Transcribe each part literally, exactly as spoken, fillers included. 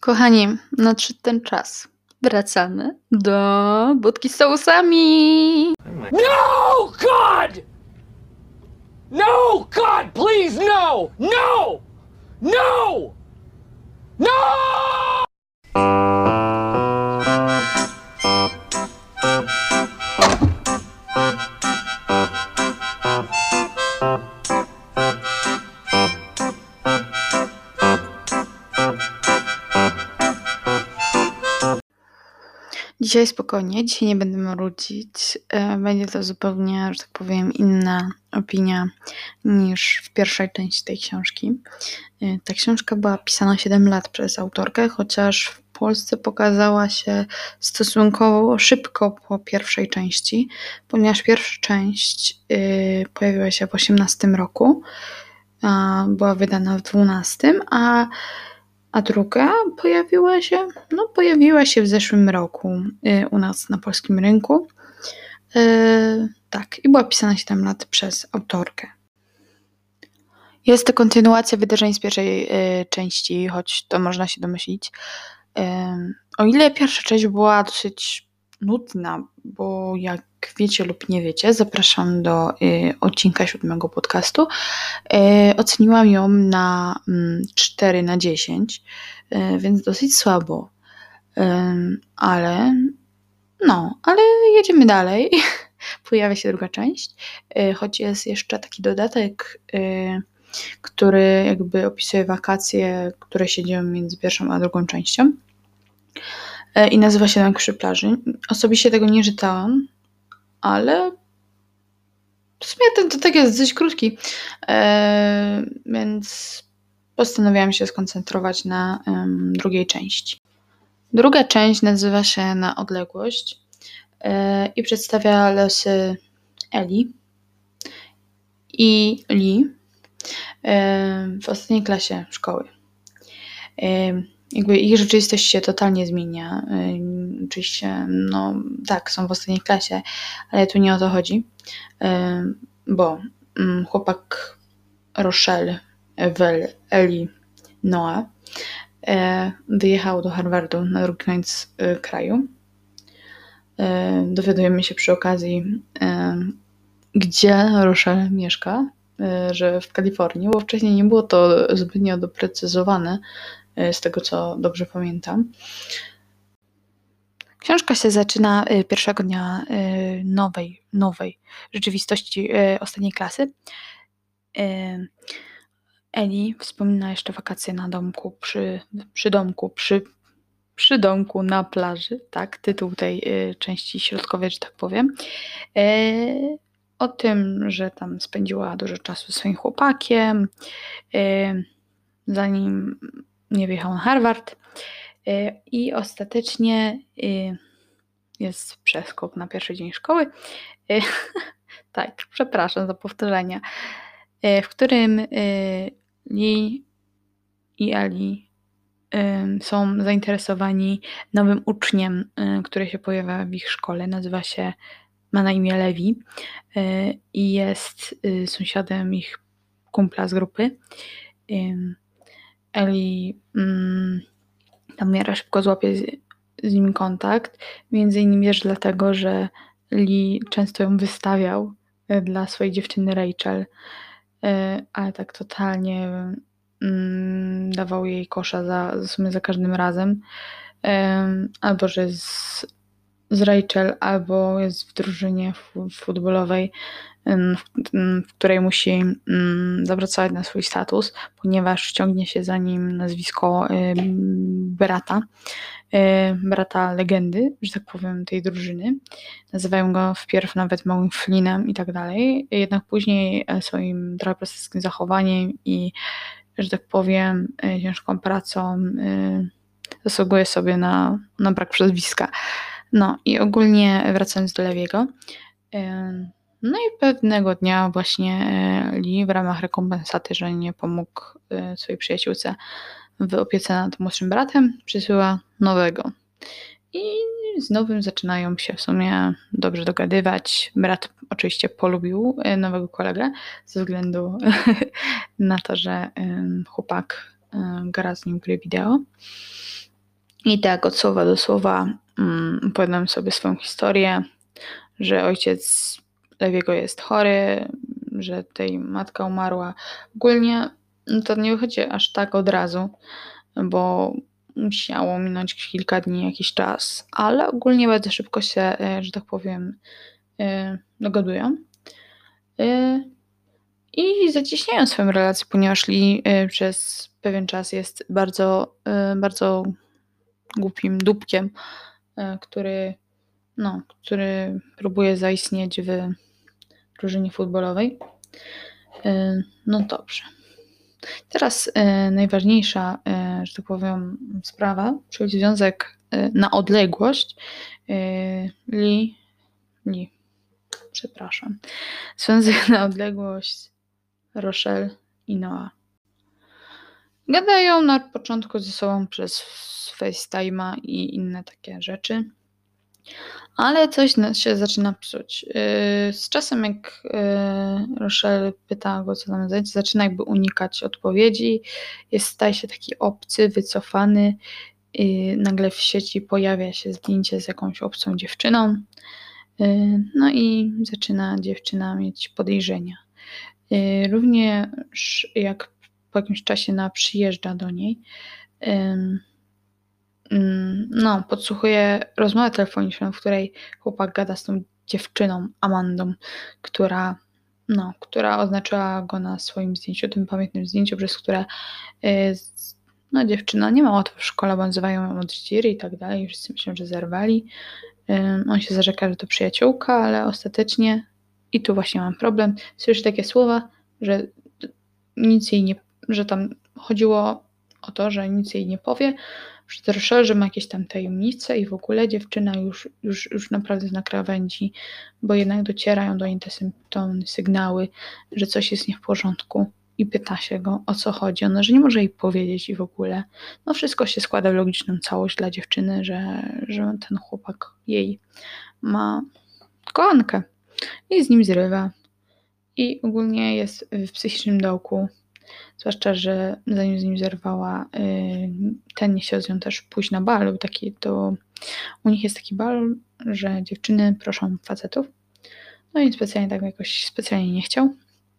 Kochani, nadszedł ten czas. Wracamy do budki z sousami. No, God! No, God, please, no! No! No! No! Dzisiaj spokojnie, dzisiaj nie będę marudzić. Będzie to zupełnie, że tak powiem, inna opinia niż w pierwszej części tej książki. Ta książka była pisana siedem lat przez autorkę, chociaż w Polsce pokazała się stosunkowo szybko po pierwszej części, ponieważ pierwsza część yy, pojawiła się w osiemnastym roku, a była wydana w dwunastym, a A druga pojawiła się, no pojawiła się w zeszłym roku y, u nas na polskim rynku. Y, tak, i była pisana siedem lat przez autorkę. Jest to kontynuacja wydarzeń z pierwszej y, części, choć to można się domyślić. Y, o ile pierwsza część była dosyć nudna, bo jak wiecie lub nie wiecie, zapraszam do y, odcinka siódmego podcastu. Y, oceniłam ją na mm, cztery na dziesięć, y, więc dosyć słabo. Y, ale no, ale jedziemy dalej. Pojawia się druga część, y, choć jest jeszcze taki dodatek, y, który jakby opisuje wakacje, które się dzieją między pierwszą a drugą częścią. Y, I nazywa się Domek przy plaży. Osobiście tego nie czytałam, ale w sumie ten dodatek jest dość krótki, e, więc postanowiłam się skoncentrować na um, drugiej części. Druga część nazywa się Na odległość e, i przedstawia losy Eli i Lee e, w ostatniej klasie szkoły. E, jakby ich rzeczywistość się totalnie zmienia. E, oczywiście, no tak, są w ostatniej klasie, ale tu nie o to chodzi. Bo chłopak Rochelle, Ewel, Eli, Noah wyjechał do Harvardu na drugi koniec kraju. Dowiadujemy się przy okazji, gdzie Rochelle mieszka, że w Kalifornii, bo wcześniej nie było to zbytnio doprecyzowane, z tego co dobrze pamiętam. Książka się zaczyna pierwszego dnia nowej, nowej rzeczywistości ostatniej klasy. Eli wspomina jeszcze wakacje na domku, przy, przy domku, przy, przy domku na plaży, tak, tytuł tej części środkowej, że tak powiem. O tym, że tam spędziła dużo czasu ze swoim chłopakiem, zanim nie wyjechał na Harvard. I ostatecznie jest przeskok na pierwszy dzień szkoły. Tak, przepraszam za powtórzenia. W którym Lee i Ali są zainteresowani nowym uczniem, który się pojawia w ich szkole. Nazywa się, ma na imię Levi i jest sąsiadem ich kumpla z grupy. Eli tam miara szybko złapie z, z nim kontakt, między innymi też dlatego, że Lee często ją wystawiał dla swojej dziewczyny Rachel, ale tak totalnie mm, dawał jej kosza za, w sumie za każdym razem, albo że jest z, z Rachel, albo jest w drużynie futbolowej, w, w której musi zapracować na swój status, ponieważ ciągnie się za nim nazwisko brata, brata legendy, że tak powiem, tej drużyny. Nazywają go wpierw nawet małym Flynnem i tak dalej, jednak później swoim trochę prostackim zachowaniem i, że tak powiem, ciężką pracą zasługuje sobie na, na brak przezwiska. No i ogólnie wracając do Lewiego, no i pewnego dnia właśnie Lee w ramach rekompensaty, że nie pomógł swojej przyjaciółce w opiece nad młodszym bratem, przysyła nowego. I z nowym zaczynają się w sumie dobrze dogadywać. Brat oczywiście polubił nowego kolegę ze względu na to, że chłopak gra z nim gry wideo. I tak od słowa do słowa um, opowiadam sobie swoją historię, że ojciec Lewiego jest chory, że tej matka umarła. Ogólnie no to nie wychodzi aż tak od razu, bo musiało minąć kilka dni, jakiś czas, ale ogólnie bardzo szybko się, że tak powiem, dogadują. I zacieśniają swoją relację, ponieważ Lee przez pewien czas jest bardzo, bardzo głupim dupkiem, który, no, który próbuje zaistnieć w drużynie futbolowej. No dobrze. Teraz najważniejsza, że tak powiem, sprawa, czyli związek na odległość Lee, Lee, przepraszam, związek na odległość Rochelle i Noah. Gadają na początku ze sobą przez FaceTime'a i inne takie rzeczy, ale coś się zaczyna psuć. Z czasem jak Rochelle pyta go, co tam zdać, zaczyna jakby unikać odpowiedzi, jest, staje się taki obcy, wycofany. Nagle w sieci pojawia się zdjęcie z jakąś obcą dziewczyną, no i zaczyna dziewczyna mieć podejrzenia. Również jak po jakimś czasie na przyjeżdża do niej, no, podsłuchuje rozmowę telefoniczną, w której chłopak gada z tą dziewczyną, Amandą, która, no, która oznaczyła go na swoim zdjęciu, tym pamiętnym zdjęciu, przez które no, dziewczyna nie ma łatwo w szkole, bo nazywają ją od Zdziry i tak dalej, wszyscy myślą, że zerwali. On się zarzeka, że to przyjaciółka, ale ostatecznie, i tu właśnie mam problem, słyszy takie słowa, że nic jej nie, że tam chodziło o to, że nic jej nie powie, że to Rochelle, że ma jakieś tam tajemnice i w ogóle dziewczyna już, już, już naprawdę na krawędzi, bo jednak docierają do niej te symptomy, sygnały, że coś jest nie w porządku i pyta się go, o co chodzi. Ona, że nie może jej powiedzieć i w ogóle. No wszystko się składa w logiczną całość dla dziewczyny, że, że ten chłopak jej ma kochankę i z nim zrywa. I ogólnie jest w psychicznym dołku. Zwłaszcza, że zanim z nim zerwała, ten nie chciał z nią też pójść na bal. Taki to, u nich jest taki bal, że dziewczyny proszą facetów. No i specjalnie tak jakoś specjalnie nie chciał.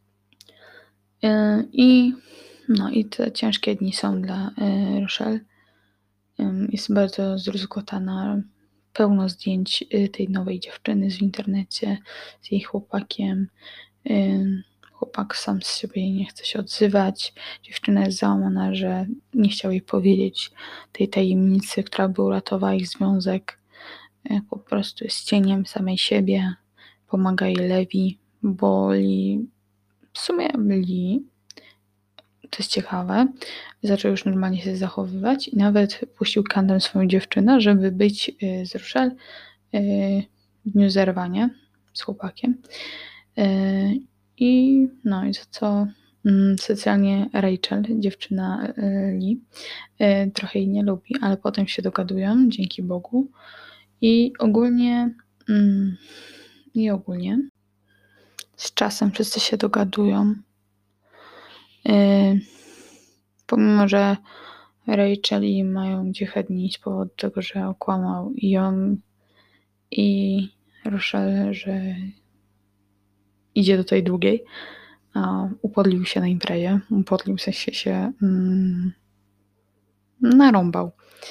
I, no i te ciężkie dni są dla Rochelle. Jest bardzo zdruzgotana. Pełno zdjęć tej nowej dziewczyny z internecie, z jej chłopakiem. Chłopak sam z siebie nie chce się odzywać. Dziewczyna jest załamana, że nie chciał jej powiedzieć tej tajemnicy, która by uratowała ich związek. Po prostu jest cieniem samej siebie. Pomaga jej Levi, bo Lee, w sumie Lee, to jest ciekawe, zaczął już normalnie się zachowywać i nawet puścił kantem swoją dziewczynę, żeby być z Rochelle w dniu zerwania z chłopakiem. I no i za co specjalnie Rachel, dziewczyna Lee, trochę jej nie lubi, ale potem się dogadują, dzięki Bogu. I ogólnie i ogólnie z czasem wszyscy się dogadują. Pomimo, że Rachel i mają ciche dni z powodu tego, że okłamał i ją i Rochelle, że idzie do tej drugiej, a upodlił się na imprezie. Upodlił, w sensie się mm, narąbał.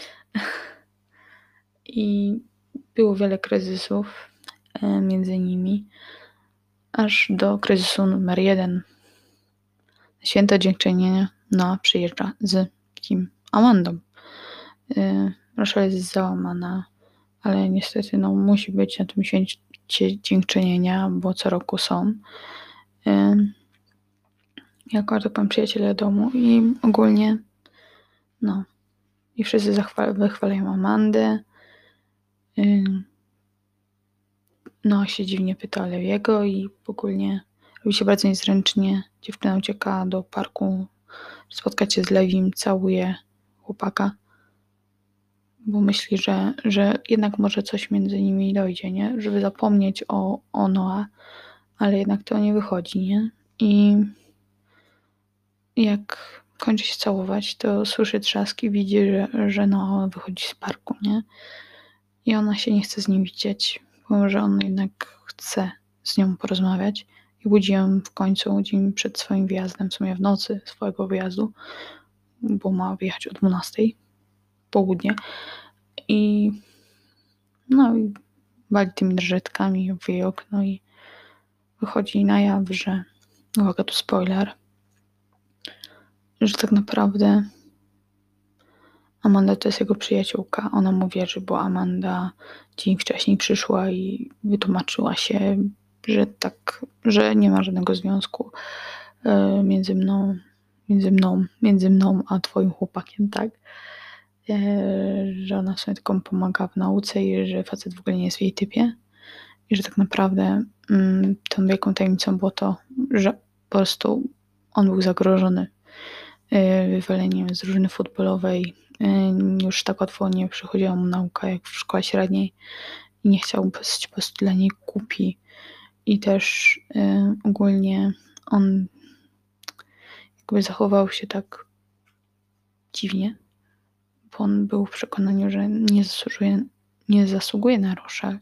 I było wiele kryzysów e, między nimi, aż do kryzysu numer jeden. Święto Dziękczynienia Noah przyjeżdża z kim? Amandą. E, Rochelle jest załamana, ale niestety no, musi być na tym święcie Dziękczynienia, bo co roku są. E, jako to pan przyjaciele domu i ogólnie no i wszyscy zachwal- wychwalają Amandę. Yy, no się dziwnie pyta o Lewiego i ogólnie robi się bardzo niezręcznie. Dziewczyna ucieka do parku spotkać się z Lewim, całuje chłopaka, bo myśli, że, że jednak może coś między nimi dojdzie, nie? Żeby zapomnieć o, o Noah, ale jednak to nie wychodzi, nie? I jak kończy się całować, to słyszy trzask i widzi, że, że no, wychodzi z parku, nie? I ona się nie chce z nim widzieć, bo że on jednak chce z nią porozmawiać. I budzi ją w końcu dzień przed swoim wyjazdem, w sumie w nocy swojego wyjazdu, bo ma wyjechać o dwunastej, południe. I no i wali tymi drżetkami w jej okno i wychodzi na jaw, że, uwaga, tu spoiler, że tak naprawdę Amanda to jest jego przyjaciółka. Ona mu wierzy, bo Amanda dzień wcześniej przyszła i wytłumaczyła się, że tak, że nie ma żadnego związku e, między mną, między mną, między mną a twoim chłopakiem, tak? E, że ona sobie tylko pomaga w nauce i że facet w ogóle nie jest w jej typie. I że tak naprawdę mm, tą wielką tajemnicą było to, że po prostu on był zagrożony y, wywaleniem z drużyny futbolowej. Y, już tak łatwo nie przychodziła mu nauka jak w szkole średniej i nie chciał być po prostu dla niej głupi. I też y, ogólnie on jakby zachował się tak dziwnie, bo on był w przekonaniu, że nie zasługuje, nie zasługuje na Rochelle.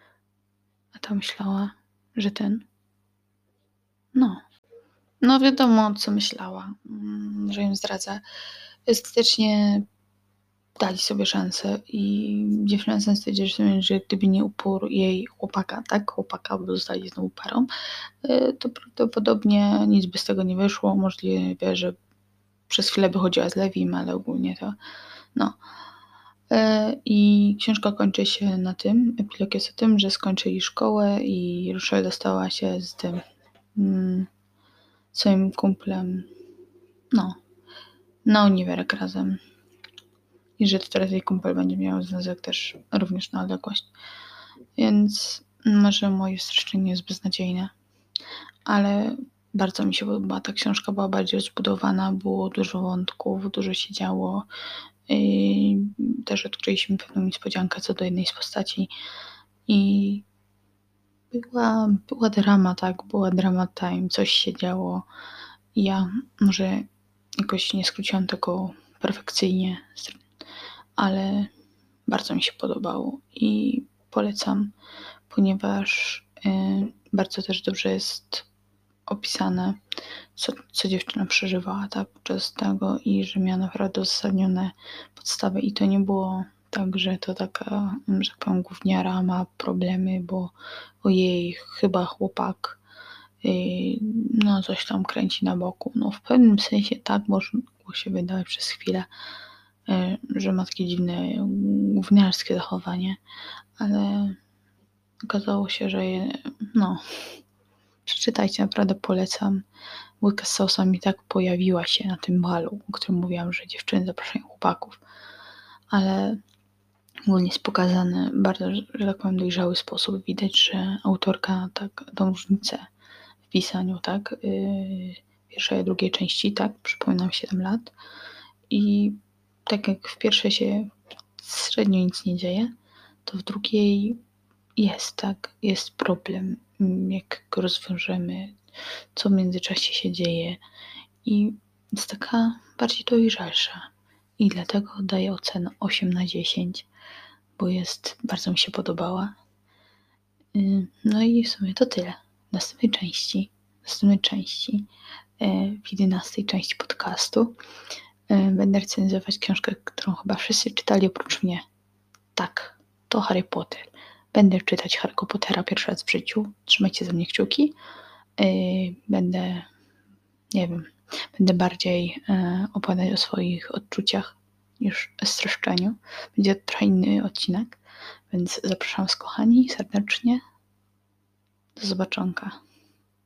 A ta myślała, że ten. No. No wiadomo, co myślała, mm, że ją zdradza. Ostatecznie dali sobie szansę i dziewczyna sam stwierdziła, że gdyby nie upór jej chłopaka, tak, chłopaka, bo zostali znowu parą, y, to prawdopodobnie nic by z tego nie wyszło. Możliwe, że przez chwilę by chodziła z Lewim, ale ogólnie to no. Y, I książka kończy się na tym, epilog jest o tym, że skończyli szkołę i Rochelle dostała się z tym mm, swoim kumplem, no, na uniwerek razem. I że teraz jej kumpel będzie miał związek też również na odległość. Więc może moje streszczenie jest beznadziejne, ale bardzo mi się podobała. Ta książka była bardziej rozbudowana, było dużo wątków, dużo się działo. I też odkryliśmy pewną niespodziankę co do jednej z postaci. I była, była drama, tak, była drama time, coś się działo. I ja może jakoś nie skróciłam tego perfekcyjnie, ale bardzo mi się podobało i polecam, ponieważ y, bardzo też dobrze jest opisane, co, co dziewczyna przeżywała tak, podczas tego i że miała naprawdę uzasadnione podstawy i to nie było tak, że to taka, że tak powiem, gówniara ma problemy, bo ojej, chyba chłopak y, no coś tam kręci na boku. No w pewnym sensie tak mogło się wydawać przez chwilę, że ma takie dziwne, gówniarskie zachowanie, ale okazało się, że je, no, przeczytajcie, naprawdę polecam. Łyka z sosem i tak pojawiła się na tym balu, o którym mówiłam, że dziewczyny zapraszają chłopaków, ale ogólnie jest pokazany bardzo, że tak powiem, dojrzały sposób. Widać, że autorka tak tą różnicę w pisaniu, tak, yy, pierwszej i drugiej części, tak, przypominam siedem lat i tak jak w pierwszej się średnio nic nie dzieje, to w drugiej jest, tak, jest problem, jak go rozwiążemy, co w międzyczasie się dzieje i jest taka bardziej dojrzalsza i dlatego daję ocenę osiem na dziesięć, bo jest, bardzo mi się podobała. No i w sumie to tyle. W następnej części, w następnej części, w jedenastej części podcastu będę recenzować książkę, którą chyba wszyscy czytali oprócz mnie. Tak, to Harry Potter. Będę czytać Harry'ego Pottera pierwszy raz w życiu. Trzymajcie za mnie kciuki. Będę, nie wiem, będę bardziej opowiadać o swoich odczuciach niż o streszczeniu. Będzie trochę inny odcinek, więc zapraszam was, kochani, serdecznie. Do zobaczonka.